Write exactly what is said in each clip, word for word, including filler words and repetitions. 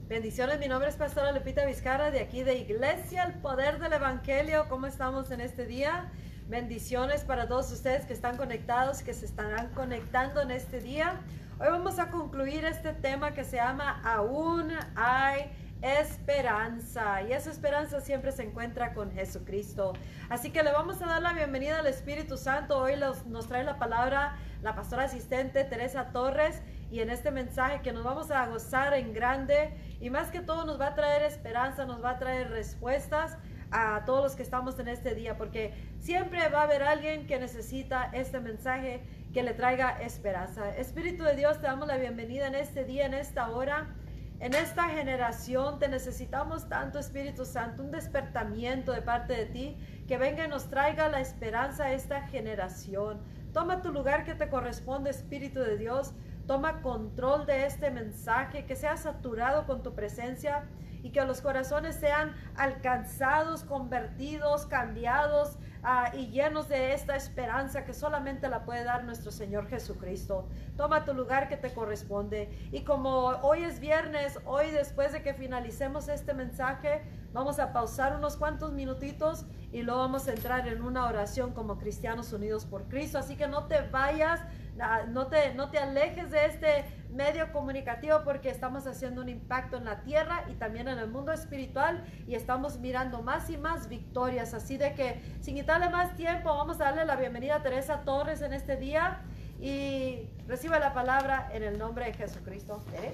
Bendiciones, mi nombre es Pastora Lupita Vizcarra de aquí de Iglesia El Poder del Evangelio. ¿Cómo estamos en este día? Bendiciones para todos ustedes que están conectados, que se estarán conectando en este día. Hoy vamos a concluir este tema que se llama Aún hay esperanza, y esa esperanza siempre se encuentra con Jesucristo. Así que le vamos a dar la bienvenida al Espíritu Santo. Hoy los, nos trae la palabra la pastora asistente Teresa Torres, y en este mensaje que nos vamos a gozar en grande, y más que todo nos va a traer esperanza, nos va a traer respuestas a todos los que estamos en este día, porque siempre va a haber alguien que necesita este mensaje que le traiga esperanza. Espíritu de Dios, te damos la bienvenida en este día, en esta hora. En esta generación te necesitamos tanto, Espíritu Santo, un despertamiento de parte de ti, que venga y nos traiga la esperanza a esta generación. Toma tu lugar que te corresponde, Espíritu de Dios. Toma control de este mensaje, que sea saturado con tu presencia y que los corazones sean alcanzados, convertidos, cambiados uh, y llenos de esta esperanza que solamente la puede dar nuestro Señor Jesucristo. Toma tu lugar que te corresponde. Y como hoy es viernes, hoy después de que finalicemos este mensaje, vamos a pausar unos cuantos minutitos y luego vamos a entrar en una oración como cristianos unidos por Cristo. Así que no te vayas, no te, no te alejes de este medio comunicativo, porque estamos haciendo un impacto en la tierra y también en el mundo espiritual, y estamos mirando más y más victorias. Así de que sin quitarle más tiempo, vamos a darle la bienvenida a Teresa Torres en este día, y recibe la palabra en el nombre de Jesucristo. ¿Eh?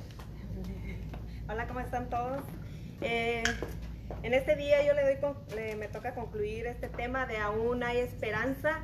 Hola, ¿cómo están todos? Eh, en este día yo le doy con, le, me toca concluir este tema de aún hay esperanza.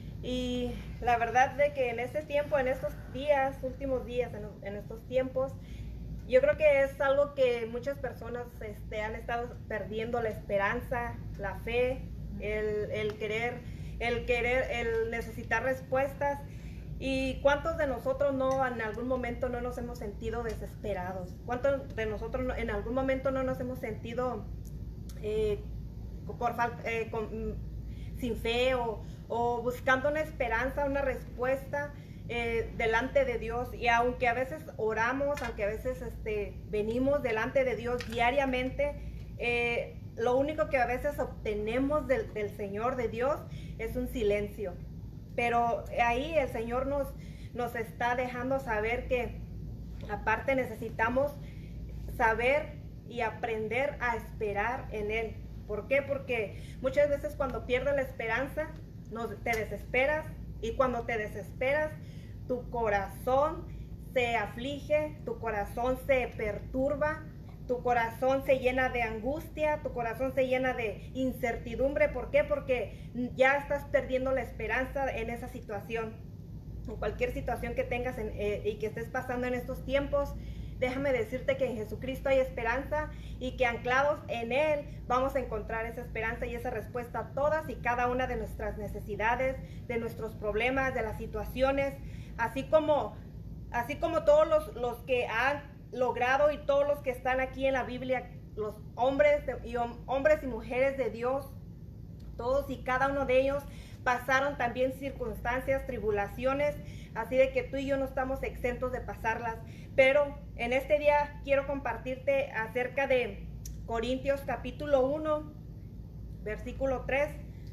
Y la verdad de que en este tiempo, en estos días, últimos días, en, en estos tiempos, yo creo que es algo que muchas personas este, han estado perdiendo la esperanza, la fe, el, el querer, el querer, el necesitar respuestas. ¿Y cuántos de nosotros no en algún momento no nos hemos sentido desesperados? ¿Cuántos de nosotros no, en algún momento no nos hemos sentido eh, por falta, eh, con, sin fe o, o buscando una esperanza, una respuesta eh, delante de Dios? Y aunque a veces oramos, aunque a veces este, venimos delante de Dios diariamente, eh, lo único que a veces obtenemos del, del Señor, de Dios, es un silencio. Pero ahí el Señor nos, nos está dejando saber que aparte necesitamos saber y aprender a esperar en Él. ¿Por qué? Porque muchas veces cuando pierdes la esperanza, nos, te desesperas, y cuando te desesperas, tu corazón se aflige, tu corazón se perturba, tu corazón se llena de angustia, tu corazón se llena de incertidumbre. ¿Por qué? Porque ya estás perdiendo la esperanza en esa situación. En cualquier situación que tengas en, eh, y que estés pasando en estos tiempos, déjame decirte que en Jesucristo hay esperanza, y que anclados en Él vamos a encontrar esa esperanza y esa respuesta a todas y cada una de nuestras necesidades, de nuestros problemas, de las situaciones, así como, así como todos los, los que han logrado y todos los que están aquí en la Biblia, los hombres y, hombres y mujeres de Dios, todos y cada uno de ellos pasaron también circunstancias, tribulaciones, así de que tú y yo no estamos exentos de pasarlas. Pero en este día quiero compartirte acerca de Corintios capítulo uno, versículo tres,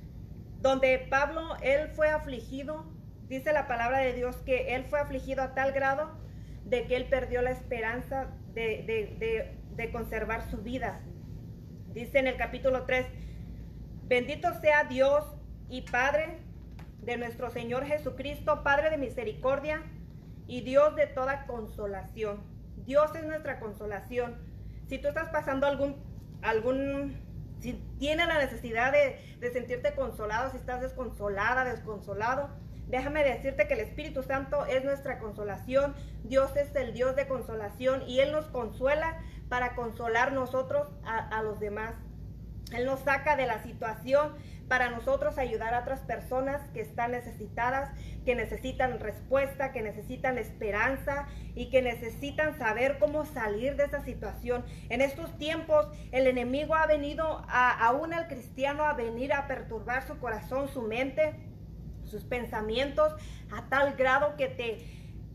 donde Pablo, él fue afligido. Dice la palabra de Dios que él fue afligido a tal grado de que él perdió la esperanza de, de, de, de conservar su vida. Dice en el capítulo tres, bendito sea Dios y Padre de nuestro Señor Jesucristo, Padre de misericordia y Dios de toda consolación. Dios es nuestra consolación. Si tú estás pasando algún, algún si tienes la necesidad de, de sentirte consolado, si estás desconsolada, desconsolado, déjame decirte que el Espíritu Santo es nuestra consolación. Dios es el Dios de consolación, y Él nos consuela para consolar nosotros a, a los demás. Él nos saca de la situación para nosotros ayudar a otras personas que están necesitadas, que necesitan respuesta, que necesitan esperanza y que necesitan saber cómo salir de esa situación. En estos tiempos el enemigo ha venido a, aún al cristiano a venir a perturbar su corazón, su mente, sus pensamientos, a tal grado que te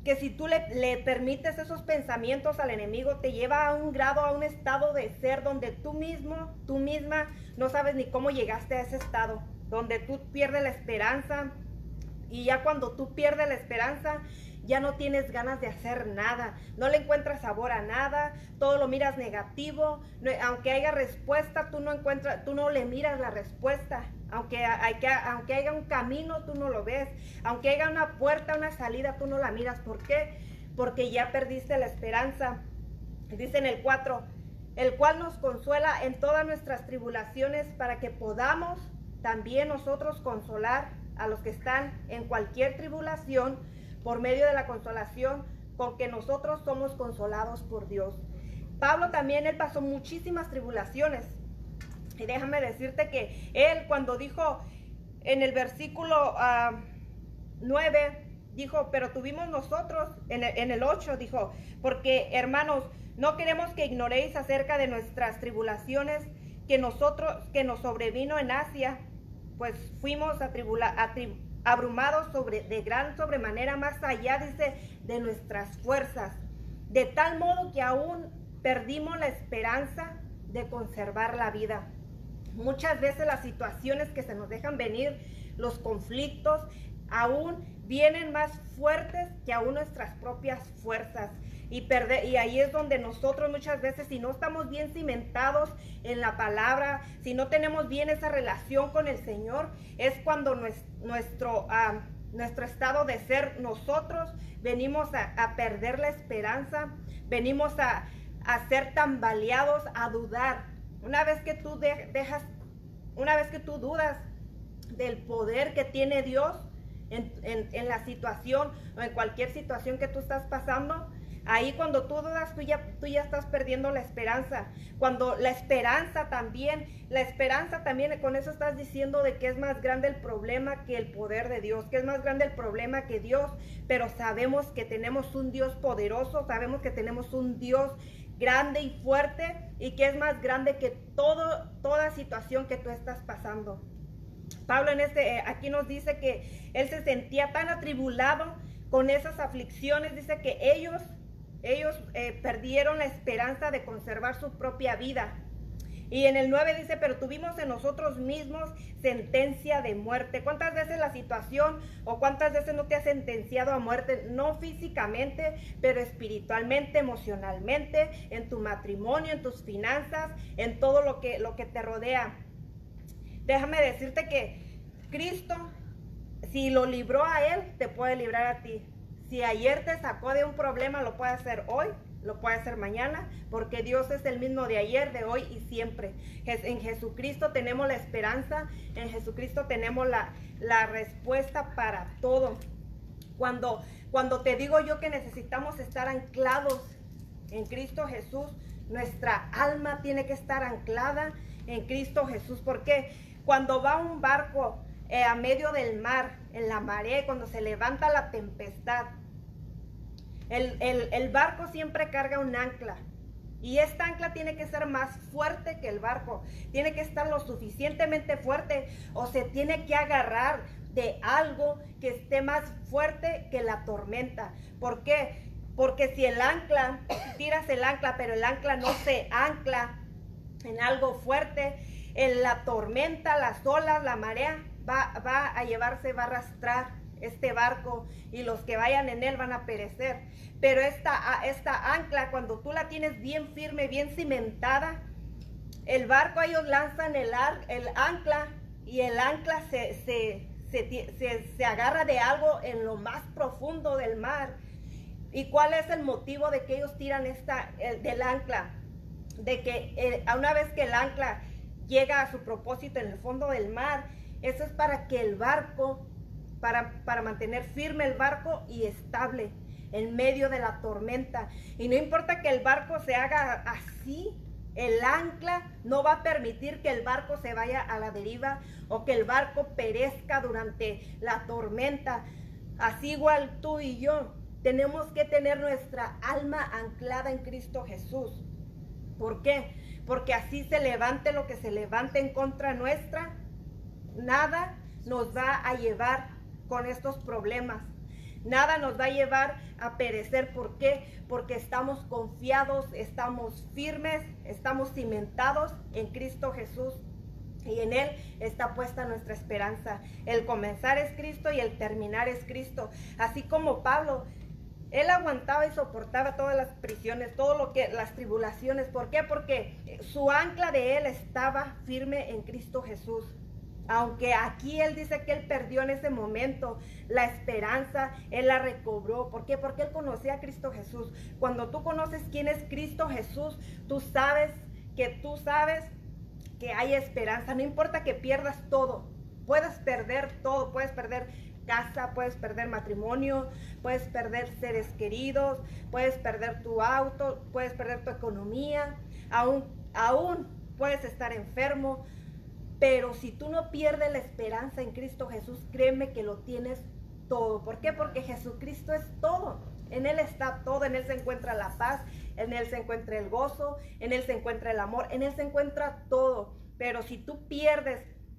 que si tú le, le permites esos pensamientos al enemigo, te lleva a un grado, a un estado de ser donde tú mismo, tú misma, no sabes ni cómo llegaste a ese estado, donde tú pierdes la esperanza, y ya cuando tú pierdes la esperanza, ya no tienes ganas de hacer nada, no le encuentras sabor a nada, todo lo miras negativo, no, aunque haya respuesta, tú no encuentras, tú no le miras la respuesta, aunque, hay que, aunque haya un camino, tú no lo ves, aunque haya una puerta, una salida, tú no la miras. ¿Por qué? Porque ya perdiste la esperanza. Dice en el cuatro, el cual nos consuela en todas nuestras tribulaciones, para que podamos también nosotros consolar a los que están en cualquier tribulación, por medio de la consolación con que nosotros somos consolados por Dios. Pablo también, él pasó muchísimas tribulaciones. Y déjame decirte que él, cuando dijo en el versículo uh, nueve, dijo, pero tuvimos nosotros, en el, en el ocho, dijo, porque hermanos, no queremos que ignoréis acerca de nuestras tribulaciones que nosotros, que nos sobrevino en Asia, pues fuimos atribula, atrib, abrumados sobre, de gran sobremanera, más allá, dice, de nuestras fuerzas, de tal modo que aún perdimos la esperanza de conservar la vida. Muchas veces las situaciones que se nos dejan venir, los conflictos, aún vienen más fuertes que aún nuestras propias fuerzas. Y, perder, y ahí es donde nosotros muchas veces, si no estamos bien cimentados en la palabra, si no tenemos bien esa relación con el Señor, es cuando nuestro, uh, nuestro estado de ser, nosotros venimos a, a perder la esperanza, venimos a, a ser tambaleados, a dudar. Una vez que tú de, dejas, una vez que tú dudas del poder que tiene Dios en, en, en la situación o en cualquier situación que tú estás pasando, ahí cuando tú dudas, tú ya, tú ya estás perdiendo la esperanza. Cuando la esperanza también, la esperanza también, con eso estás diciendo de que es más grande el problema que el poder de Dios, que es más grande el problema que Dios, pero sabemos que tenemos un Dios poderoso, sabemos que tenemos un Dios grande y fuerte, y que es más grande que todo, toda situación que tú estás pasando. Pablo en este, eh, aquí nos dice que él se sentía tan atribulado con esas aflicciones, dice que ellos Ellos eh, perdieron la esperanza de conservar su propia vida. Y en el nueve dice, pero tuvimos en nosotros mismos sentencia de muerte. ¿Cuántas veces la situación o cuántas veces no te ha sentenciado a muerte? No físicamente, pero espiritualmente, emocionalmente, en tu matrimonio, en tus finanzas, en todo lo que, lo que te rodea. Déjame decirte que Cristo, si lo libró a Él, te puede librar a ti. Si ayer te sacó de un problema, lo puede hacer hoy, lo puede hacer mañana, porque Dios es el mismo de ayer, de hoy y siempre. En Jesucristo tenemos la esperanza, en Jesucristo tenemos la, la respuesta para todo. Cuando, cuando te digo yo que necesitamos estar anclados en Cristo Jesús, nuestra alma tiene que estar anclada en Cristo Jesús. ¿Por qué? Cuando va un barco eh, a medio del mar, en la marea, cuando se levanta la tempestad, El, el, el barco siempre carga un ancla, y esta ancla tiene que ser más fuerte que el barco, tiene que estar lo suficientemente fuerte, o se tiene que agarrar de algo que esté más fuerte que la tormenta. ¿Por qué? Porque si el ancla, tiras el ancla, pero el ancla no se ancla en algo fuerte, en la tormenta, las olas, la marea, va, va a llevarse, va a arrastrar este barco, y los que vayan en él van a perecer. Pero esta, esta ancla, cuando tú la tienes bien firme, bien cimentada, el barco, ellos lanzan el, ar, el ancla, y el ancla se, se, se, se, se agarra de algo en lo más profundo del mar. ¿Y cuál es el motivo de que ellos tiran esta, el, del ancla? De que eh, una vez que el ancla llega a su propósito en el fondo del mar, eso es para que el barco, Para, para mantener firme el barco y estable en medio de la tormenta. Y no importa que el barco se haga así, el ancla no va a permitir que el barco se vaya a la deriva o que el barco perezca durante la tormenta. Así igual tú y yo tenemos que tener nuestra alma anclada en Cristo Jesús. ¿Por qué? Porque así se levante lo que se levante en contra nuestra, nada nos va a llevar con estos problemas. Nada nos va a llevar a perecer. ¿Por qué? Porque estamos confiados, estamos firmes, estamos cimentados en Cristo Jesús. Y en Él está puesta nuestra esperanza. El comenzar es Cristo y el terminar es Cristo. Así como Pablo, él aguantaba y soportaba todas las prisiones, todo lo que, las tribulaciones. ¿Por qué? Porque su ancla de él estaba firme en Cristo Jesús. Aunque aquí él dice que él perdió en ese momento la esperanza, él la recobró. ¿Por qué? Porque él conocía a Cristo Jesús. Cuando tú conoces quién es Cristo Jesús, tú sabes que tú sabes que hay esperanza. No importa que pierdas todo, puedes perder todo, puedes perder casa, puedes perder matrimonio, puedes perder seres queridos, puedes perder tu auto, puedes perder tu economía, aún, aún puedes estar enfermo, pero si tú no pierdes la esperanza en Cristo Jesús, créeme que lo tienes todo. ¿Por qué? Porque Jesucristo es todo. En Él está todo, en Él se encuentra la paz, en Él se encuentra el gozo, en Él se encuentra el amor, en Él se encuentra todo. Pero si tú pierdes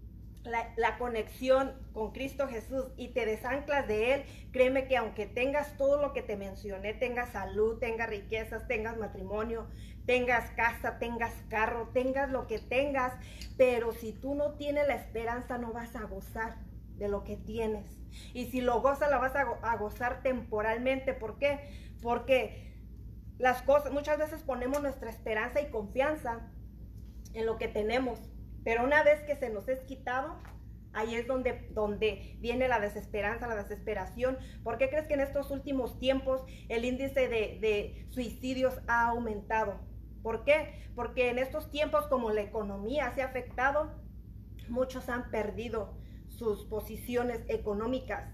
la, la conexión con Cristo Jesús y te desanclas de Él, créeme que aunque tengas todo lo que te mencioné, tengas salud, tengas riquezas, tengas matrimonio, tengas casa, tengas carro, tengas lo que tengas, pero si tú no tienes la esperanza, no vas a gozar de lo que tienes. Y si lo gozas, lo vas a, go a gozar temporalmente. ¿Por qué? Porque las cosas, muchas veces ponemos nuestra esperanza y confianza en lo que tenemos, pero una vez que se nos es quitado, ahí es donde, donde viene la desesperanza, la desesperación. ¿Por qué crees que en estos últimos tiempos el índice de, de suicidios ha aumentado? ¿Por qué? Porque en estos tiempos, como la economía se ha afectado, muchos han perdido sus posiciones económicas.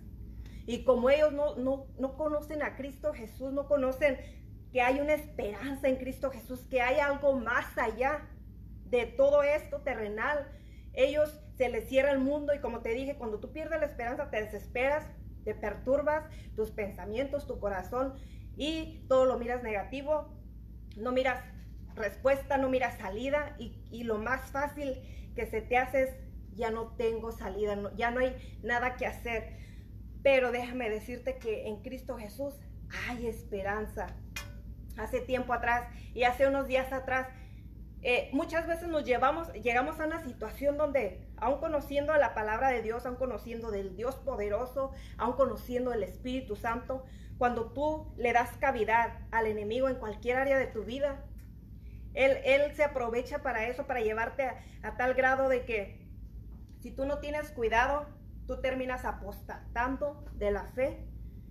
Y como ellos no, no, no conocen a Cristo Jesús, no conocen que hay una esperanza en Cristo Jesús, que hay algo más allá de todo esto terrenal, ellos se les cierra el mundo. Y como te dije, cuando tú pierdes la esperanza, te desesperas, te perturbas tus pensamientos, tu corazón, y todo lo miras negativo, no miras respuesta, no miras salida, y, y lo más fácil que se te hace es: ya no tengo salida, no, ya no hay nada que hacer. Pero déjame decirte que en Cristo Jesús hay esperanza. Hace tiempo atrás y hace unos días atrás, eh, muchas veces nos llevamos, llegamos a una situación donde, aún conociendo la palabra de Dios, aún conociendo del Dios poderoso, aún conociendo el Espíritu Santo, cuando tú le das cavidad al enemigo en cualquier área de tu vida, él, él se aprovecha para eso, para llevarte a, a tal grado de que si tú no tienes cuidado, tú terminas apostatando de la fe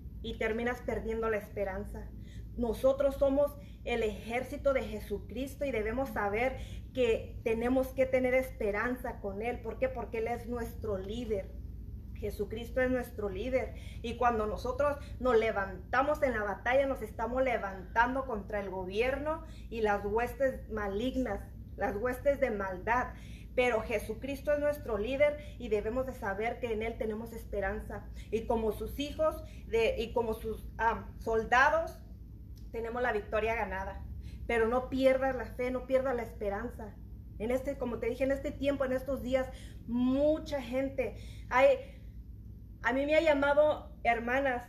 y terminas perdiendo la esperanza. Nosotros somos el ejército de Jesucristo y debemos saber que tenemos que tener esperanza con Él. ¿Por qué? Porque Él es nuestro líder. Jesucristo es nuestro líder. Y cuando nosotros nos levantamos en la batalla, nos estamos levantando contra el gobierno y las huestes malignas, las huestes de maldad. Pero Jesucristo es nuestro líder y debemos de saber que en Él tenemos esperanza. Y como sus hijos de, y como sus um, soldados, tenemos la victoria ganada. Pero no pierdas la fe, no pierdas la esperanza. En este, como te dije, en este tiempo, en estos días, mucha gente, hay, a mí me ha llamado hermanas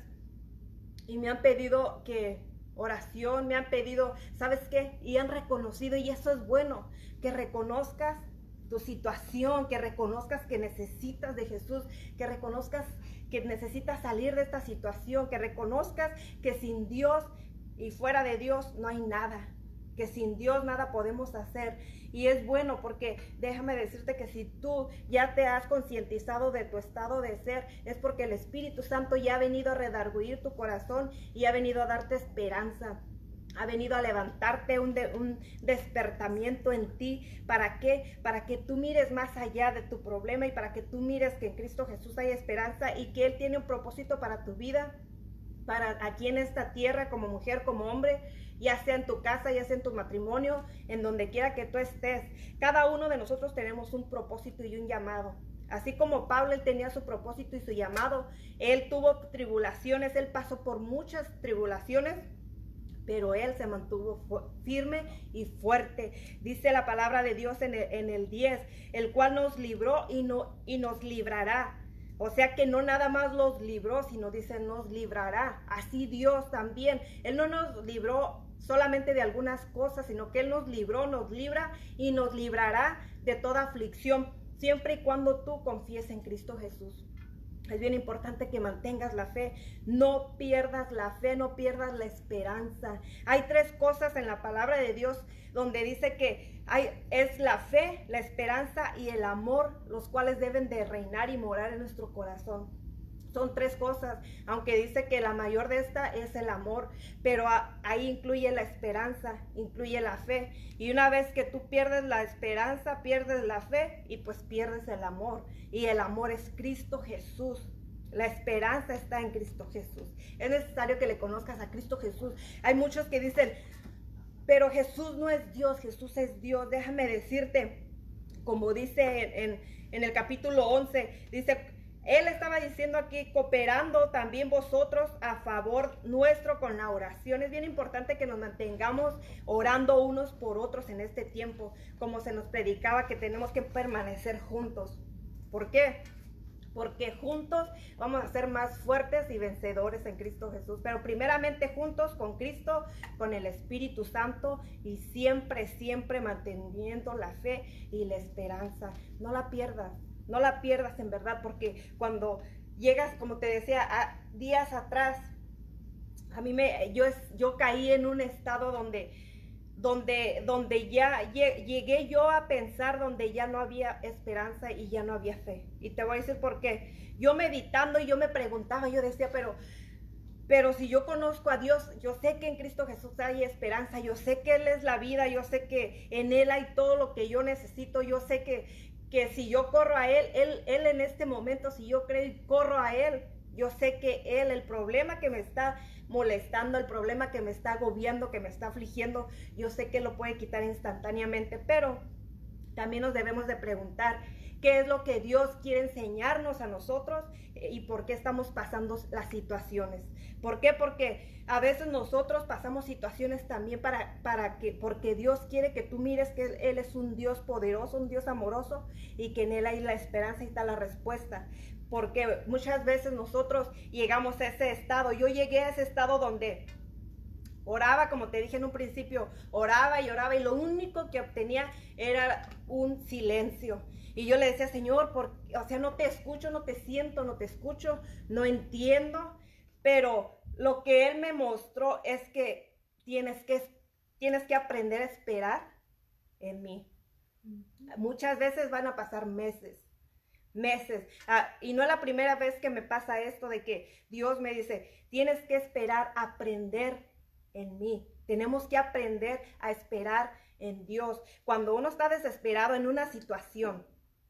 y me han pedido que oración, me han pedido, ¿sabes qué? Y han reconocido, y eso es bueno, que reconozcas tu situación, que reconozcas que necesitas de Jesús, que reconozcas que necesitas salir de esta situación, que reconozcas que sin Dios y fuera de Dios no hay nada, que sin Dios nada podemos hacer. Y es bueno, porque déjame decirte que si tú ya te has concientizado de tu estado de ser, es porque el Espíritu Santo ya ha venido a redarguir tu corazón y ha venido a darte esperanza. Ha venido a levantarte un, de, un despertamiento en ti. ¿Para qué? Para que tú mires más allá de tu problema y para que tú mires que en Cristo Jesús hay esperanza y que Él tiene un propósito para tu vida, para aquí en esta tierra, como mujer, como hombre, ya sea en tu casa, ya sea en tu matrimonio, en donde quiera que tú estés. Cada uno de nosotros tenemos un propósito y un llamado. Así como Pablo, él tenía su propósito y su llamado. Él tuvo tribulaciones, él pasó por muchas tribulaciones, pero él se mantuvo firme y fuerte. Dice la palabra de Dios en el, en el diez, el cual nos libró y, no, y nos librará O sea que no nada más los libró, sino dice nos librará. Así Dios también. Él no nos libró solamente de algunas cosas, sino que Él nos libró, nos libra y nos librará de toda aflicción, siempre y cuando tú confíes en Cristo Jesús. Es bien importante que mantengas la fe, no pierdas la fe, no pierdas la esperanza. Hay tres cosas en la palabra de Dios donde dice que hay, es la fe, la esperanza y el amor, los cuales deben de reinar y morar en nuestro corazón. Son tres cosas, aunque dice que la mayor de esta es el amor, pero a, ahí incluye la esperanza, incluye la fe. Y una vez que tú pierdes la esperanza, pierdes la fe y pues pierdes el amor. Y el amor es Cristo Jesús. La esperanza está en Cristo Jesús. Es necesario que le conozcas a Cristo Jesús. Hay muchos que dicen, pero Jesús no es Dios, Jesús es Dios. Déjame decirte, como dice en, en, en el capítulo once, dice... Él estaba diciendo aquí, cooperando también vosotros a favor nuestro con la oración. Es bien importante que nos mantengamos orando unos por otros en este tiempo, como se nos predicaba que tenemos que permanecer juntos. ¿Por qué? Porque juntos vamos a ser más fuertes y vencedores en Cristo Jesús. Pero primeramente juntos con Cristo, con el Espíritu Santo y siempre, siempre manteniendo la fe y la esperanza. No la pierdas. No la pierdas en verdad, porque cuando llegas, como te decía, a días atrás, a mí me, yo, yo caí en un estado donde, donde, donde ya llegué yo a pensar donde ya no había esperanza y ya no había fe. Y te voy a decir por qué. Yo meditando y yo me preguntaba, yo decía, pero... Pero si yo conozco a Dios, yo sé que en Cristo Jesús hay esperanza, yo sé que Él es la vida, yo sé que en Él hay todo lo que yo necesito, yo sé que... que si yo corro a él, él, él en este momento, si yo creo y corro a Él, yo sé que Él, el problema que me está molestando, el problema que me está agobiando, que me está afligiendo, yo sé que lo puede quitar instantáneamente, pero también nos debemos de preguntar qué es lo que Dios quiere enseñarnos a nosotros y por qué estamos pasando las situaciones. ¿Por qué? Porque a veces nosotros pasamos situaciones también para, para que, porque Dios quiere que tú mires que Él, Él es un Dios poderoso, un Dios amoroso y que en Él hay la esperanza y está la respuesta. Porque muchas veces nosotros llegamos a ese estado. Yo llegué a ese estado donde oraba, como te dije en un principio, oraba y oraba y lo único que obtenía era un silencio. Y yo le decía, Señor, por, o sea, no te escucho, no te siento, no te escucho, no entiendo. Pero lo que Él me mostró es que tienes que, tienes que aprender a esperar en mí. Uh-huh. Muchas veces van a pasar meses, meses. Ah, y no es la primera vez que me pasa esto de que Dios me dice, tienes que esperar, aprender en mí. Tenemos que aprender a esperar en Dios. Cuando uno está desesperado en una situación,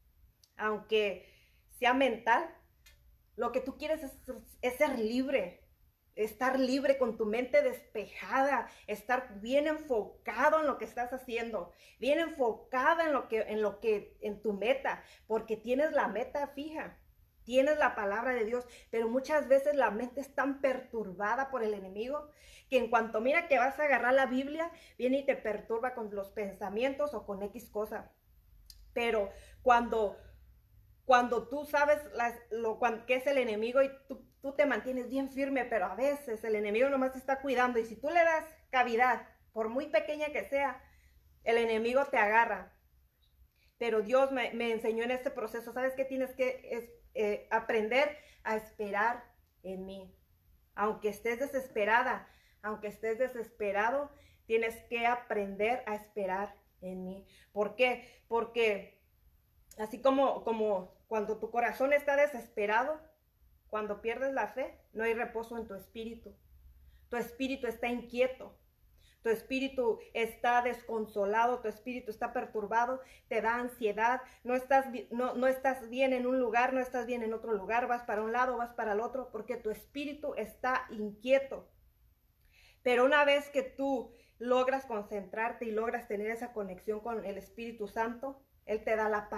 aunque sea mental, lo que tú quieres es, es ser libre, estar libre con tu mente despejada, estar bien enfocado en lo que estás haciendo, bien enfocada en lo que, en lo que, en tu meta, porque tienes la meta fija, tienes la palabra de Dios, pero muchas veces la mente es tan perturbada por el enemigo que en cuanto mira que vas a agarrar la Biblia, viene y te perturba con los pensamientos o con X cosa. Pero cuando Cuando tú sabes las, lo que es el enemigo y tú, tú te mantienes bien firme, pero a veces el enemigo nomás te está cuidando y si tú le das cavidad, por muy pequeña que sea, el enemigo te agarra. Pero Dios me, me enseñó en este proceso, ¿sabes qué? Tienes que es, eh, aprender a esperar en mí. Aunque estés desesperada, aunque estés desesperado, tienes que aprender a esperar en mí. ¿Por qué? Porque así como, como cuando tu corazón está desesperado, cuando pierdes la fe, no hay reposo en tu espíritu. Tu espíritu está inquieto, tu espíritu está desconsolado, tu espíritu está perturbado, te da ansiedad, no estás, no, no estás bien en un lugar, no estás bien en otro lugar, vas para un lado, vas para el otro, porque tu espíritu está inquieto. Pero una vez que tú logras concentrarte y logras tener esa conexión con el Espíritu Santo, Él te da la paz.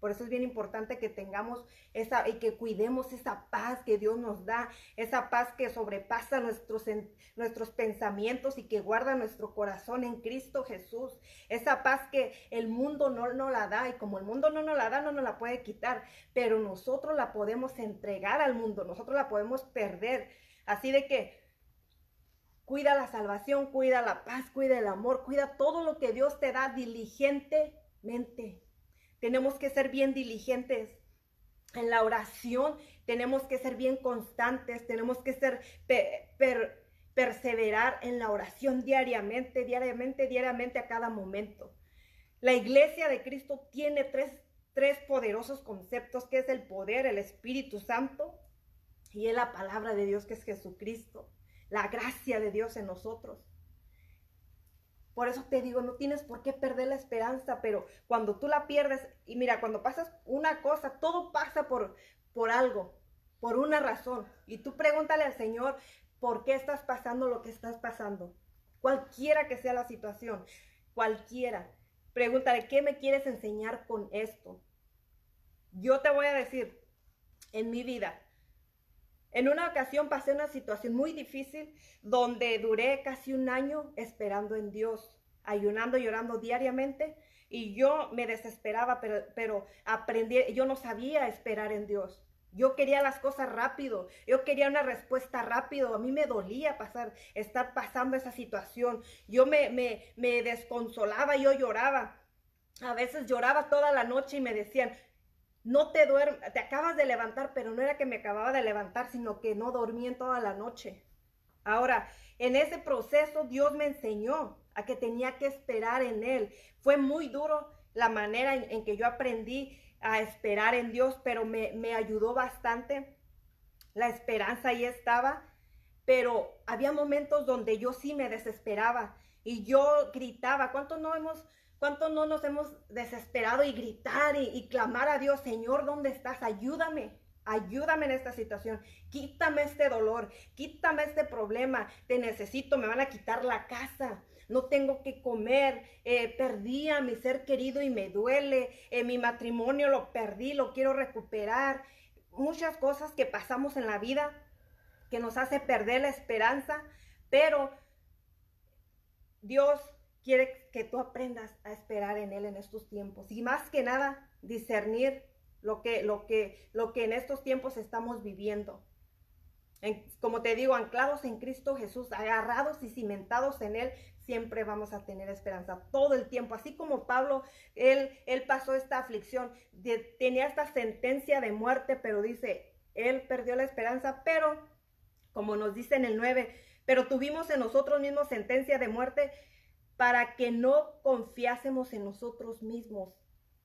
Por eso es bien importante que tengamos esa y que cuidemos esa paz que Dios nos da, esa paz que sobrepasa nuestros, nuestros pensamientos y que guarda nuestro corazón en Cristo Jesús. Esa paz que el mundo no nos la da, y como el mundo no nos la da, no nos la puede quitar, pero nosotros la podemos entregar al mundo, nosotros la podemos perder. Así de que cuida la salvación, cuida la paz, cuida el amor, cuida todo lo que Dios te da diligentemente. Tenemos que ser bien diligentes en la oración, tenemos que ser bien constantes, tenemos que ser per, per, perseverar en la oración diariamente, diariamente, diariamente a cada momento. La iglesia de Cristo tiene tres, tres poderosos conceptos, que es el poder, el Espíritu Santo, y es la palabra de Dios, que es Jesucristo, la gracia de Dios en nosotros. Por eso te digo, no tienes por qué perder la esperanza, pero cuando tú la pierdes, y mira, cuando pasas una cosa, todo pasa por, por algo, por una razón. Y tú pregúntale al Señor, ¿por qué estás pasando lo que estás pasando? Cualquiera que sea la situación, cualquiera. Pregúntale, ¿qué me quieres enseñar con esto? Yo te voy a decir, en mi vida, en una ocasión pasé una situación muy difícil donde duré casi un año esperando en Dios, ayunando y orando diariamente, y yo me desesperaba, pero, pero aprendí, yo no sabía esperar en Dios. Yo quería las cosas rápido, yo quería una respuesta rápido, a mí me dolía pasar, estar pasando esa situación, yo me, me, me desconsolaba, yo lloraba, a veces lloraba toda la noche y me decían, no te duermes, te acabas de levantar, pero no era que me acababa de levantar, sino que no dormí en toda la noche. Ahora, en ese proceso Dios me enseñó a que tenía que esperar en Él. Fue muy duro la manera en, en que yo aprendí a esperar en Dios, pero me, me ayudó bastante. La esperanza ahí estaba, pero había momentos donde yo sí me desesperaba y yo gritaba. ¿Cuántos no hemos... ¿Cuánto no nos hemos desesperado y gritar y, y clamar a Dios, Señor, ¿dónde estás? Ayúdame, ayúdame en esta situación, quítame este dolor, quítame este problema, te necesito, me van a quitar la casa, no tengo que comer, eh, perdí a mi ser querido y me duele, eh, mi matrimonio lo perdí, lo quiero recuperar. Muchas cosas que pasamos en la vida que nos hace perder la esperanza, pero Dios quiere que tú aprendas a esperar en Él en estos tiempos. Y más que nada, discernir lo que, lo que, lo que en estos tiempos estamos viviendo. En, como te digo, anclados en Cristo Jesús, agarrados y cimentados en Él, siempre vamos a tener esperanza todo el tiempo. Así como Pablo, él, él pasó esta aflicción, de, tenía esta sentencia de muerte, pero dice, él perdió la esperanza, pero, como nos dice en el nueve, pero tuvimos en nosotros mismos sentencia de muerte, para que no confiásemos en nosotros mismos,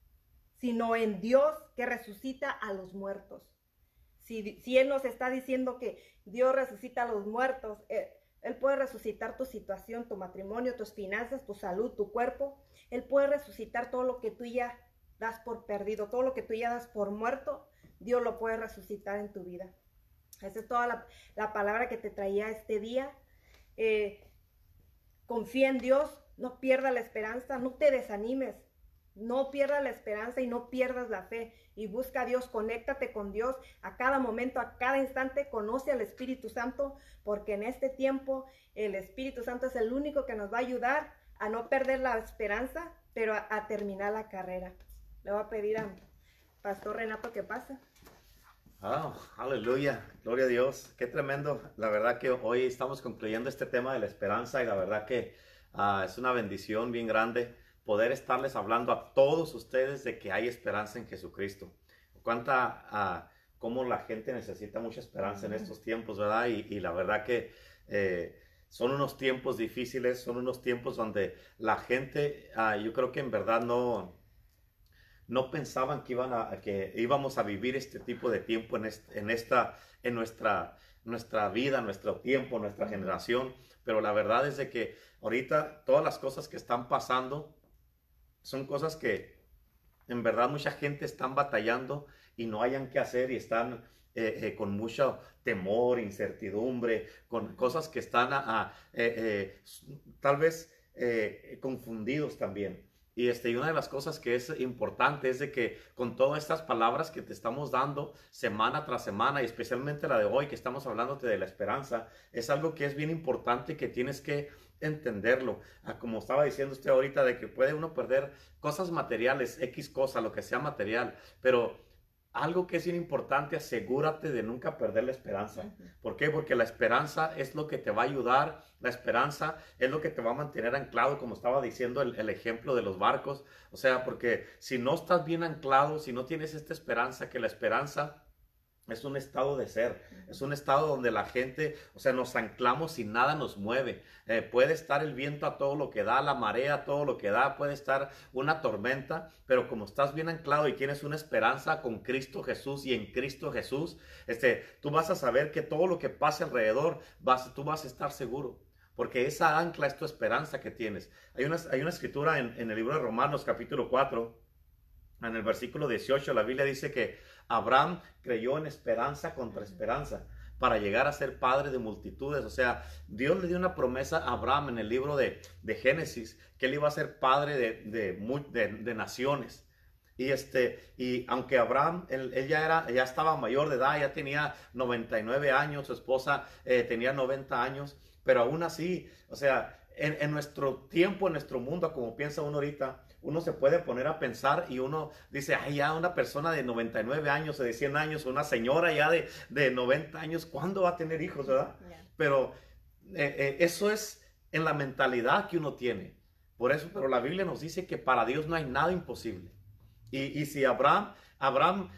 sino en Dios que resucita a los muertos. Si, si Él nos está diciendo que Dios resucita a los muertos, Él, Él puede resucitar tu situación, tu matrimonio, tus finanzas, tu salud, tu cuerpo. Él puede resucitar todo lo que tú ya das por perdido, todo lo que tú ya das por muerto, Dios lo puede resucitar en tu vida. Esa es toda la, la palabra que te traía este día. Eh, Confía en Dios, no pierdas la esperanza, no te desanimes, no pierdas la esperanza y no pierdas la fe. Y busca a Dios, conéctate con Dios a cada momento, a cada instante, conoce al Espíritu Santo, porque en este tiempo el Espíritu Santo es el único que nos va a ayudar a no perder la esperanza, pero a, a terminar la carrera. Le voy a pedir a Pastor Renato que pase. Oh, aleluya, gloria a Dios, qué tremendo. La verdad que hoy estamos concluyendo este tema de la esperanza y la verdad que uh, es una bendición bien grande poder estarles hablando a todos ustedes de que hay esperanza en Jesucristo. Cuánta, uh, cómo la gente necesita mucha esperanza en estos tiempos, ¿verdad? Y, y la verdad que eh, son unos tiempos difíciles, son unos tiempos donde la gente, uh, yo creo que en verdad no... no pensaban que, iban a, que íbamos a vivir este tipo de tiempo en, este, en, esta, en nuestra, nuestra vida, nuestro tiempo, nuestra generación. Pero la verdad es de que ahorita todas las cosas que están pasando son cosas que en verdad mucha gente están batallando y no hayan qué hacer y están eh, eh, con mucho temor, incertidumbre, con cosas que están a, a, eh, eh, tal vez eh, confundidos también. Y, este, y una de las cosas que es importante es de que con todas estas palabras que te estamos dando semana tras semana, y especialmente la de hoy que estamos hablándote de la esperanza, es algo que es bien importante, que tienes que entenderlo. Ah, como estaba diciendo usted ahorita, de que puede uno perder cosas materiales, X cosa, lo que sea material, pero algo que es bien importante, asegúrate de nunca perder la esperanza. ¿Por qué? Porque la esperanza es lo que te va a ayudar, la esperanza es lo que te va a mantener anclado, como estaba diciendo el, el ejemplo de los barcos. O sea, porque si no estás bien anclado, si no tienes esta esperanza, que la esperanza es un estado de ser, es un estado donde la gente, o sea, nos anclamos y nada nos mueve. Eh, puede estar el viento a todo lo que da, la marea a todo lo que da, puede estar una tormenta, pero como estás bien anclado y tienes una esperanza con Cristo Jesús y en Cristo Jesús, este, tú vas a saber que todo lo que pase alrededor, vas, tú vas a estar seguro. Porque esa ancla es tu esperanza que tienes. Hay una, hay una escritura en, en el libro de Romanos, capítulo cuatro, en el versículo dieciocho, la Biblia dice que Abraham creyó en esperanza contra esperanza para llegar a ser padre de multitudes. O sea, Dios le dio una promesa a Abraham en el libro de, de Génesis, que él iba a ser padre de, de, de, de naciones. Y, este, y aunque Abraham, él, él ya, era, ya estaba mayor de edad, ya tenía noventa y nueve años, su esposa eh, tenía noventa años, pero aún así, o sea, en, en nuestro tiempo, en nuestro mundo, como piensa uno ahorita, uno se puede poner a pensar y uno dice, ay, ya una persona de noventa y nueve años o de cien años, una señora ya de, de noventa años, ¿cuándo va a tener hijos, verdad? Yeah. Pero eh, eh, eso es en la mentalidad que uno tiene. Por eso, pero la Biblia nos dice que para Dios no hay nada imposible. Y, y si Abraham, Abraham,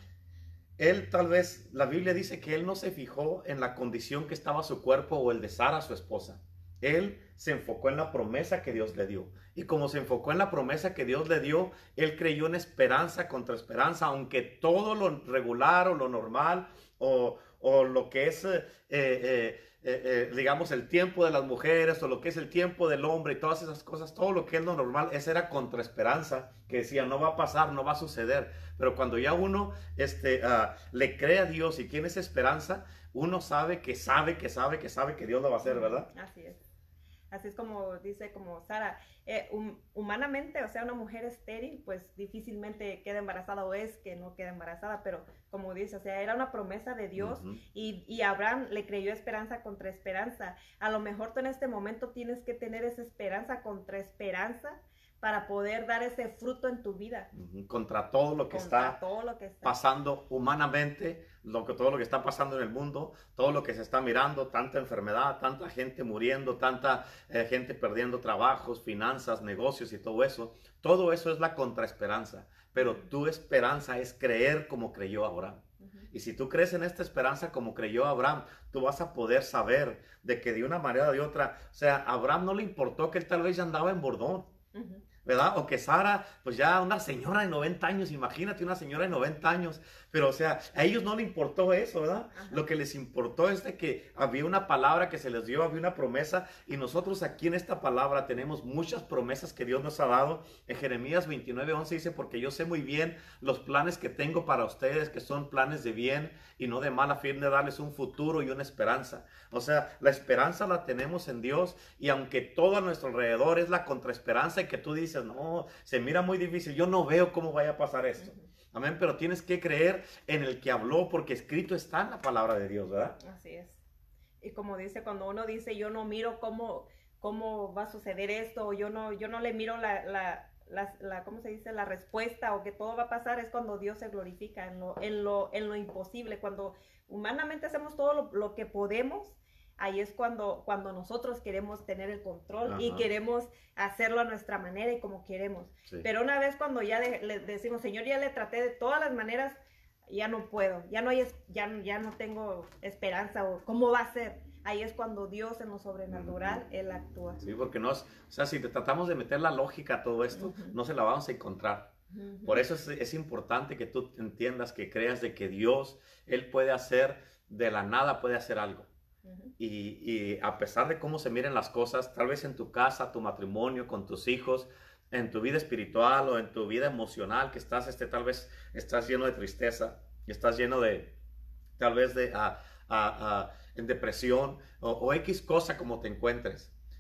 él tal vez, la Biblia dice que él no se fijó en la condición que estaba su cuerpo o el de Sara, su esposa. Él se enfocó en la promesa que Dios le dio. Y como se enfocó en la promesa que Dios le dio, él creyó en esperanza contra esperanza, aunque todo lo regular o lo normal o, o lo que es, eh, eh, eh, eh, digamos, el tiempo de las mujeres o lo que es el tiempo del hombre y todas esas cosas, todo lo que es lo normal, esa era contra esperanza, que decía, no va a pasar, no va a suceder. Pero cuando ya uno este, uh, le cree a Dios y tiene esa esperanza, uno sabe que sabe, que sabe, que sabe que Dios lo va a hacer, ¿verdad? Así es. Así es como dice, como Sara, eh, hum, humanamente, o sea, una mujer estéril, pues difícilmente queda embarazada o es que no queda embarazada, pero como dice, o sea, era una promesa de Dios. Uh-huh. y, y Abraham le creyó esperanza contra esperanza. A lo mejor tú en este momento tienes que tener esa esperanza contra esperanza para poder dar ese fruto en tu vida. Uh-huh. Contra todo lo que Contra está todo lo que está pasando humanamente, lo que, todo lo que está pasando en el mundo, todo lo que se está mirando, tanta enfermedad, tanta gente muriendo, tanta eh, gente perdiendo trabajos, finanzas, negocios y todo eso. Todo eso es la contraesperanza. Pero tu esperanza es creer como creyó Abraham. Uh-huh. Y si tú crees en esta esperanza como creyó Abraham, tú vas a poder saber de que de una manera o de otra, o sea, a Abraham no le importó que él tal vez ya andaba en bordón. Uh-huh. ¿Verdad? O que Sara, pues ya una señora de noventa años, imagínate una señora de noventa años, pero o sea, a ellos no les importó eso, ¿verdad? Ajá. Lo que les importó es de que había una palabra que se les dio, había una promesa, y nosotros aquí en esta palabra tenemos muchas promesas que Dios nos ha dado. En Jeremías veintinueve once dice, porque yo sé muy bien los planes que tengo para ustedes, que son planes de bien y no de mal, a fin de darles un futuro y una esperanza. O sea, la esperanza la tenemos en Dios, y aunque todo a nuestro alrededor es la contraesperanza y que tú dices, no, se mira muy difícil, yo no veo cómo vaya a pasar esto. Uh-huh. Amén, pero tienes que creer en el que habló, porque escrito está en la palabra de Dios, ¿verdad? Así es. Y como dice, cuando uno dice, yo no miro cómo, cómo va a suceder esto, o yo no, yo no le miro la, la, la, la, ¿cómo se dice? La respuesta, o que todo va a pasar, es cuando Dios se glorifica en lo, en lo, en lo imposible. Cuando humanamente hacemos todo lo, lo que podemos, ahí es cuando, cuando nosotros queremos tener el control. Ajá. Y queremos hacerlo a nuestra manera y como queremos. Sí. Pero una vez cuando ya de, le decimos, Señor, ya le traté de todas las maneras, ya no puedo, ya no, hay, ya, ya no tengo esperanza, o cómo va a ser. Ahí es cuando Dios en lo sobrenatural, uh-huh. Él actúa. Sí, porque nos, o sea, si te tratamos de meter la lógica a todo esto, uh-huh. no se la vamos a encontrar. Uh-huh. Por eso es, es importante que tú entiendas, que creas de que Dios, Él puede hacer, de la nada puede hacer algo. Uh-huh. y, y a pesar de cómo se miren las cosas, tal vez en tu casa, tu matrimonio, con tus hijos, en tu vida espiritual o en tu vida emocional, que estás, este, tal vez estás lleno de tristeza, estás lleno de, tal vez de, uh, uh, uh, en depresión o, o X cosa como te encuentres.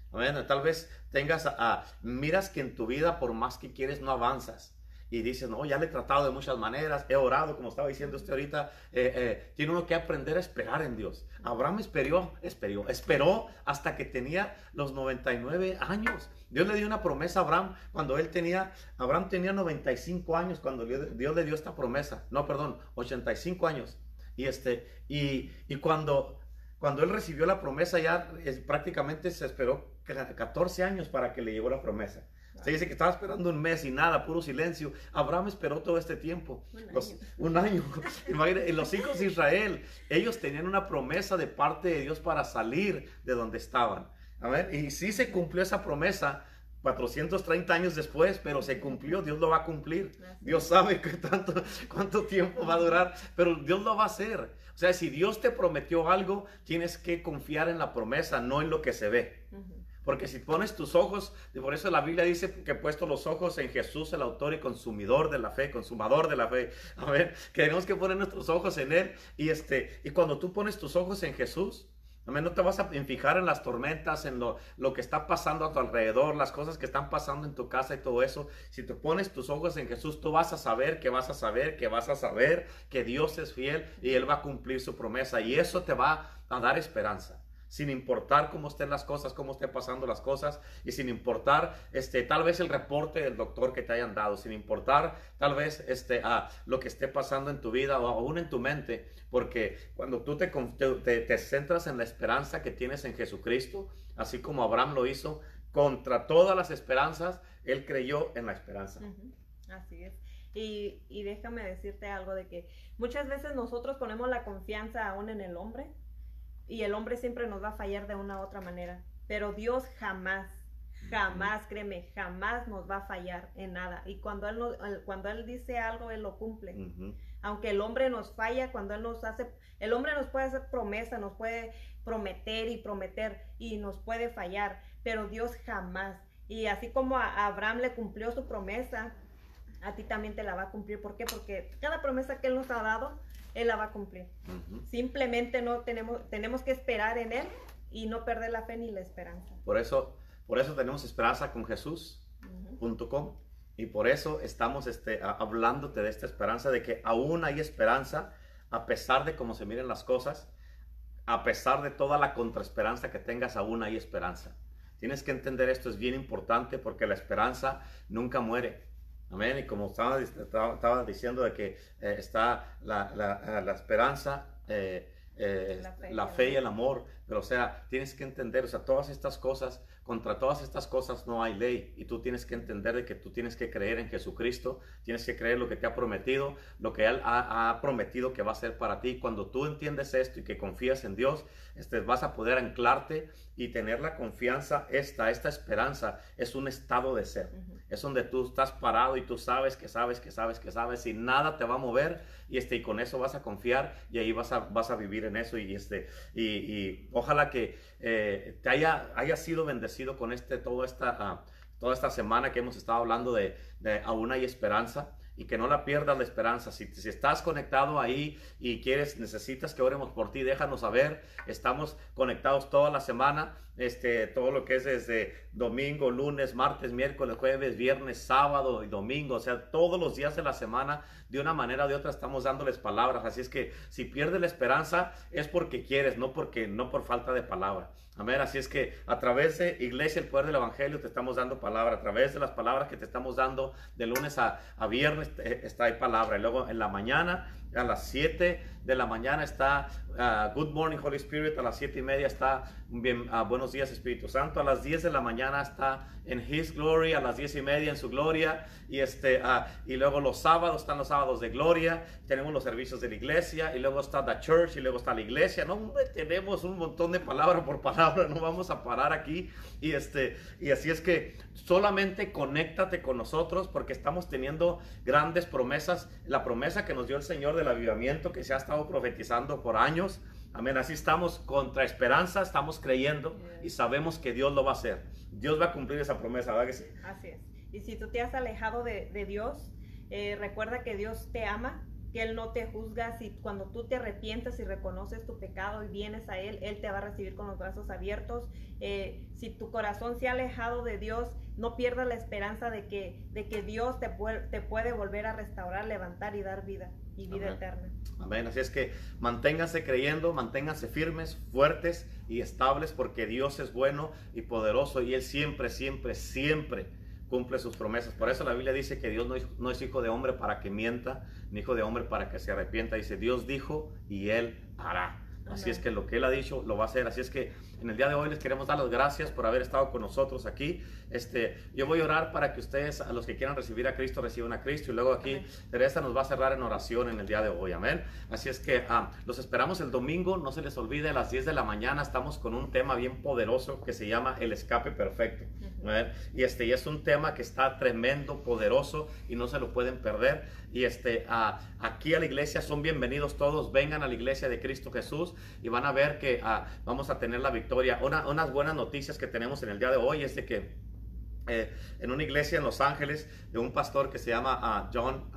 Amén. Tal vez tengas, a, miras que en tu vida por más que quieres no avanzas. Y dices, no, ya le he tratado de muchas maneras, he orado, como estaba diciendo usted ahorita. Eh, eh, tiene uno que aprender a esperar en Dios. Abraham esperó, esperó, esperó hasta que tenía los noventa y nueve años. Dios le dio una promesa a Abraham cuando él tenía, Abraham tenía noventa y cinco años cuando Dios le dio esta promesa. No, perdón, ochenta y cinco años. Y, este, y, y cuando, cuando él recibió la promesa ya es, prácticamente se esperó catorce años para que le llegó la promesa. Se dice que estaba esperando un mes y nada, puro silencio. Abraham esperó todo este tiempo. Un año. Los, un año. Imagínate, los hijos de Israel, ellos tenían una promesa de parte de Dios para salir de donde estaban. Amén. Y sí se cumplió esa promesa cuatrocientos treinta años después, pero se cumplió. Dios lo va a cumplir. Dios sabe que tanto, cuánto tiempo va a durar, pero Dios lo va a hacer. O sea, si Dios te prometió algo, tienes que confiar en la promesa, no en lo que se ve. Uh-huh. Porque si pones tus ojos, y por eso la Biblia dice que he puesto los ojos en Jesús, el autor y consumidor de la fe, consumador de la fe. A ver, que tenemos que poner nuestros ojos en Él. Y, este, y cuando tú pones tus ojos en Jesús, amén, no te vas a fijar en las tormentas, en lo, lo que está pasando a tu alrededor, las cosas que están pasando en tu casa y todo eso. Si te pones tus ojos en Jesús, tú vas a saber que vas a saber que vas a saber que Dios es fiel y Él va a cumplir su promesa. Y eso te va a dar esperanza. Sin importar cómo estén las cosas, cómo estén pasando las cosas, y sin importar este, tal vez el reporte del doctor que te hayan dado, sin importar tal vez este, a lo que esté pasando en tu vida o aún en tu mente, porque cuando tú te, te, te centras en la esperanza que tienes en Jesucristo, así como Abraham lo hizo, contra todas las esperanzas, él creyó en la esperanza. Uh-huh. Así es. Y, y déjame decirte algo de que muchas veces nosotros ponemos la confianza aún en el hombre, y el hombre siempre nos va a fallar de una u otra manera, pero Dios jamás, jamás, créeme, jamás nos va a fallar en nada. Y cuando Él, nos, cuando él dice algo, Él lo cumple. Uh-huh. Aunque el hombre nos falla, cuando Él nos hace, el hombre nos puede hacer promesa, nos puede prometer y prometer y nos puede fallar, pero Dios jamás. Y así como a Abraham le cumplió su promesa, a ti también te la va a cumplir. ¿Por qué? Porque cada promesa que Él nos ha dado, Él la va a cumplir. Uh-huh. Simplemente no tenemos, tenemos que esperar en Él y no perder la fe ni la esperanza. Por eso, por eso tenemos esperanza con Jesús punto com uh-huh. Y por eso estamos este, a, hablándote de esta esperanza, de que aún hay esperanza a pesar de cómo se miren las cosas, a pesar de toda la contraesperanza que tengas, aún hay esperanza. Tienes que entender esto, es bien importante, porque la esperanza nunca muere. Amén. Y como estaba, estaba, estaba diciendo de que eh, está la, la, la esperanza, eh, eh, la fe, la fe y el amor. Pero o sea, tienes que entender, o sea, todas estas cosas, contra todas estas cosas no hay ley. Y tú tienes que entender de que tú tienes que creer en Jesucristo, tienes que creer lo que te ha prometido, lo que Él ha, ha prometido que va a hacer para ti. Cuando tú entiendes esto y que confías en Dios, este, vas a poder anclarte y tener la confianza. Esta, esta esperanza es un estado de ser. Uh-huh. Es donde tú estás parado y tú sabes que sabes que sabes que sabes y nada te va a mover, y, este, y con eso vas a confiar y ahí vas a, vas a vivir en eso. Y, este, y, y ojalá que eh, te haya, haya sido bendecido con este, toda, esta, uh, toda esta semana que hemos estado hablando de, de aún hay esperanza. Y que no la pierdas la esperanza. Si, si estás conectado ahí y quieres, necesitas que oremos por ti, déjanos saber. Estamos conectados toda la semana, este, todo lo que es desde domingo, lunes, martes, miércoles, jueves, viernes, sábado y domingo. O sea, todos los días de la semana, de una manera o de otra, estamos dándoles palabras. Así es que si pierdes la esperanza es porque quieres, no, porque, no por falta de palabra. Amén. Así es que a través de Iglesia, el Poder del Evangelio, te estamos dando palabra. A través de las palabras que te estamos dando de lunes a, a viernes, está ahí palabra. Y luego en la mañana, a las siete de la mañana está uh, Good Morning Holy Spirit. A las siete y media está bien, uh, Buenos Días Espíritu Santo. A las diez de la mañana está en His Glory. A las diez y media en su gloria. Y, este, uh, y luego los sábados están los sábados de gloria. Tenemos los servicios de la iglesia. Y luego está The Church. Y luego está la iglesia. No, tenemos un montón de palabra por palabra. No vamos a parar aquí. Y, este, y así es que solamente conéctate con nosotros, porque estamos teniendo grandes promesas. La promesa que nos dio el Señor del avivamiento, que se ha estado profetizando por años. Amén. Así estamos contra esperanza, estamos creyendo y sabemos que Dios lo va a hacer. Dios va a cumplir esa promesa, ¿verdad que sí? Así es. Y si tú te has alejado de, de Dios, eh, recuerda que Dios te ama que Él no te juzga. Si cuando tú te arrepientes y reconoces tu pecado y vienes a Él, Él te va a recibir con los brazos abiertos. Eh, si tu corazón se ha alejado de Dios, no pierdas la esperanza de que, de que Dios te, te puede volver a restaurar, levantar y dar vida y vida Amén. eterna. Amén. Así es que manténganse creyendo, manténganse firmes, fuertes y estables, porque Dios es bueno y poderoso y Él siempre, siempre, siempre cumple sus promesas. Por eso la Biblia dice que Dios no es, no es hijo de hombre para que mienta, ni hijo de hombre para que se arrepienta. Dice, Dios dijo y Él hará. Así Amén. es que lo que Él ha dicho lo va a hacer. Así es que en el día de hoy les queremos dar las gracias por haber estado con nosotros aquí. Este, yo voy a orar para que ustedes, a los que quieran recibir a Cristo, reciban a Cristo. Y luego aquí Amén. Teresa nos va a cerrar en oración en el día de hoy. Amén. Así es que ah, los esperamos el domingo. No se les olvide, a las diez de la mañana estamos con un tema bien poderoso que se llama el escape perfecto. ¿Ver? Y este y es un tema que está tremendo, poderoso y no se lo pueden perder. Y este uh, aquí a la iglesia son bienvenidos todos. Vengan a la iglesia de Cristo Jesús y van a ver que uh, vamos a tener la victoria. Una, unas buenas noticias que tenemos en el día de hoy es de que eh, en una iglesia en Los Ángeles de un pastor que se llama uh, John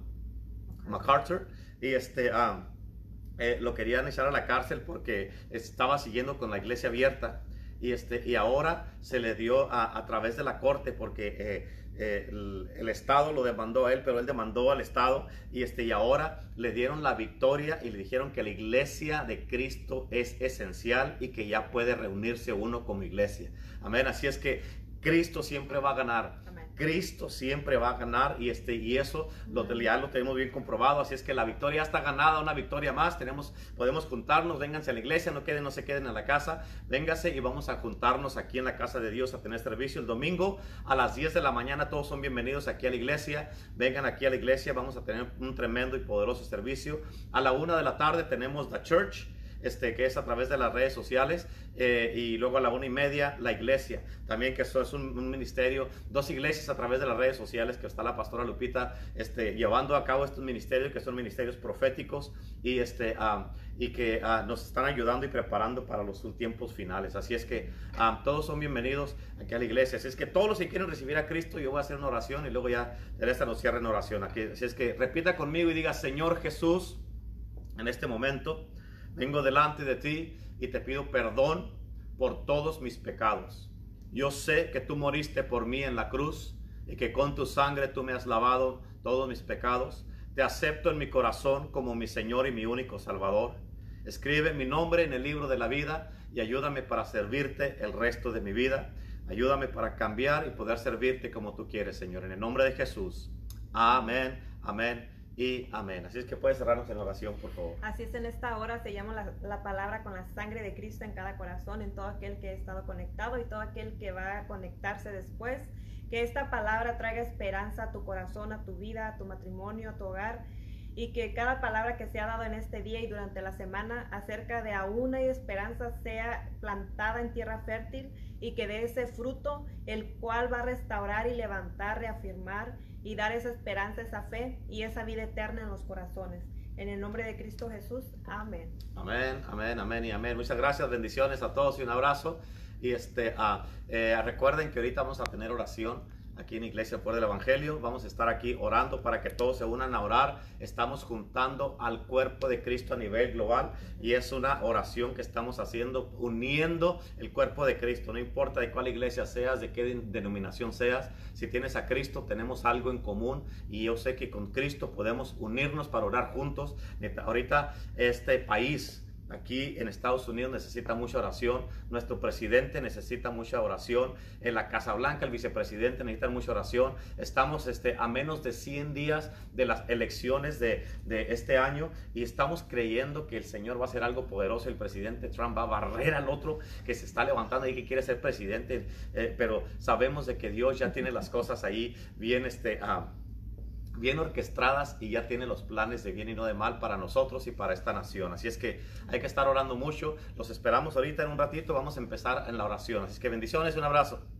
um, MacArthur, y este um, eh, lo querían echar a la cárcel porque estaba siguiendo con la iglesia abierta. Y, este, y ahora se le dio a, a través de la corte, porque eh, eh, el, el Estado lo demandó a él, pero él demandó al Estado, y, este, y ahora le dieron la victoria y le dijeron que la iglesia de Cristo es esencial y que ya puede reunirse uno como iglesia. Amén. Así es que Cristo siempre va a ganar. Cristo siempre va a ganar, y, este, y eso lo, ya lo tenemos bien comprobado. Así es que la victoria ya está ganada, una victoria más. Tenemos, podemos juntarnos, vénganse a la iglesia, no queden, no se queden en la casa, vénganse y vamos a juntarnos aquí en la casa de Dios a tener servicio el domingo a las diez de la mañana. Todos son bienvenidos aquí a la iglesia, vengan aquí a la iglesia, vamos a tener un tremendo y poderoso servicio. A la una de la tarde tenemos The Church, Este, que es a través de las redes sociales, eh, y luego a la una y media la iglesia, también que eso es un, un ministerio, dos iglesias a través de las redes sociales, que está la pastora Lupita este, llevando a cabo estos ministerios, que son ministerios proféticos y, este, um, y que uh, nos están ayudando y preparando para los tiempos finales. Así es que um, todos son bienvenidos aquí a la iglesia. Así es que todos los que quieren recibir a Cristo, yo voy a hacer una oración y luego ya Teresa nos cierra en oración aquí. Así es que repita conmigo y diga: Señor Jesús, en este momento vengo delante de ti y te pido perdón por todos mis pecados. Yo sé que tú moriste por mí en la cruz y que con tu sangre tú me has lavado todos mis pecados. Te acepto en mi corazón como mi Señor y mi único Salvador. Escribe mi nombre en el libro de la vida y ayúdame para servirte el resto de mi vida. Ayúdame para cambiar y poder servirte como tú quieres, Señor. En el nombre de Jesús. Amén, amén y amén. Así es que puedes cerrarnos en oración, por favor. Así es, en esta hora sellamos la, la palabra con la sangre de Cristo en cada corazón, en todo aquel que ha estado conectado y todo aquel que va a conectarse después. Que esta palabra traiga esperanza a tu corazón, a tu vida, a tu matrimonio, a tu hogar, y que cada palabra que se ha dado en este día y durante la semana acerca de aún hay esperanza sea plantada en tierra fértil y que dé ese fruto, el cual va a restaurar y levantar, reafirmar y dar esa esperanza, esa fe y esa vida eterna en los corazones. En el nombre de Cristo Jesús, amén. Amén, amén, amén y amén. Muchas gracias, bendiciones a todos y un abrazo. Y este, uh, eh, recuerden que ahorita vamos a tener oración aquí en Iglesia Poder del Evangelio. Vamos a estar aquí orando para que todos se unan a orar. Estamos juntando al cuerpo de Cristo a nivel global y es una oración que estamos haciendo, uniendo el cuerpo de Cristo. No importa de cuál iglesia seas, de qué denominación seas, si tienes a Cristo tenemos algo en común y yo sé que con Cristo podemos unirnos para orar juntos. Ahorita este país aquí en Estados Unidos necesita mucha oración, nuestro presidente necesita mucha oración, en la Casa Blanca el vicepresidente necesita mucha oración. Estamos este, a menos de cien días de las elecciones de, de este año y estamos creyendo que el Señor va a hacer algo poderoso. El presidente Trump va a barrer al otro que se está levantando y que quiere ser presidente, eh, pero sabemos de que Dios ya tiene las cosas ahí bien este, uh, bien orquestadas y ya tiene los planes de bien y no de mal para nosotros y para esta nación. Así es que hay que estar orando mucho. Los esperamos ahorita en un ratito. Vamos a empezar en la oración. Así es que bendiciones y un abrazo.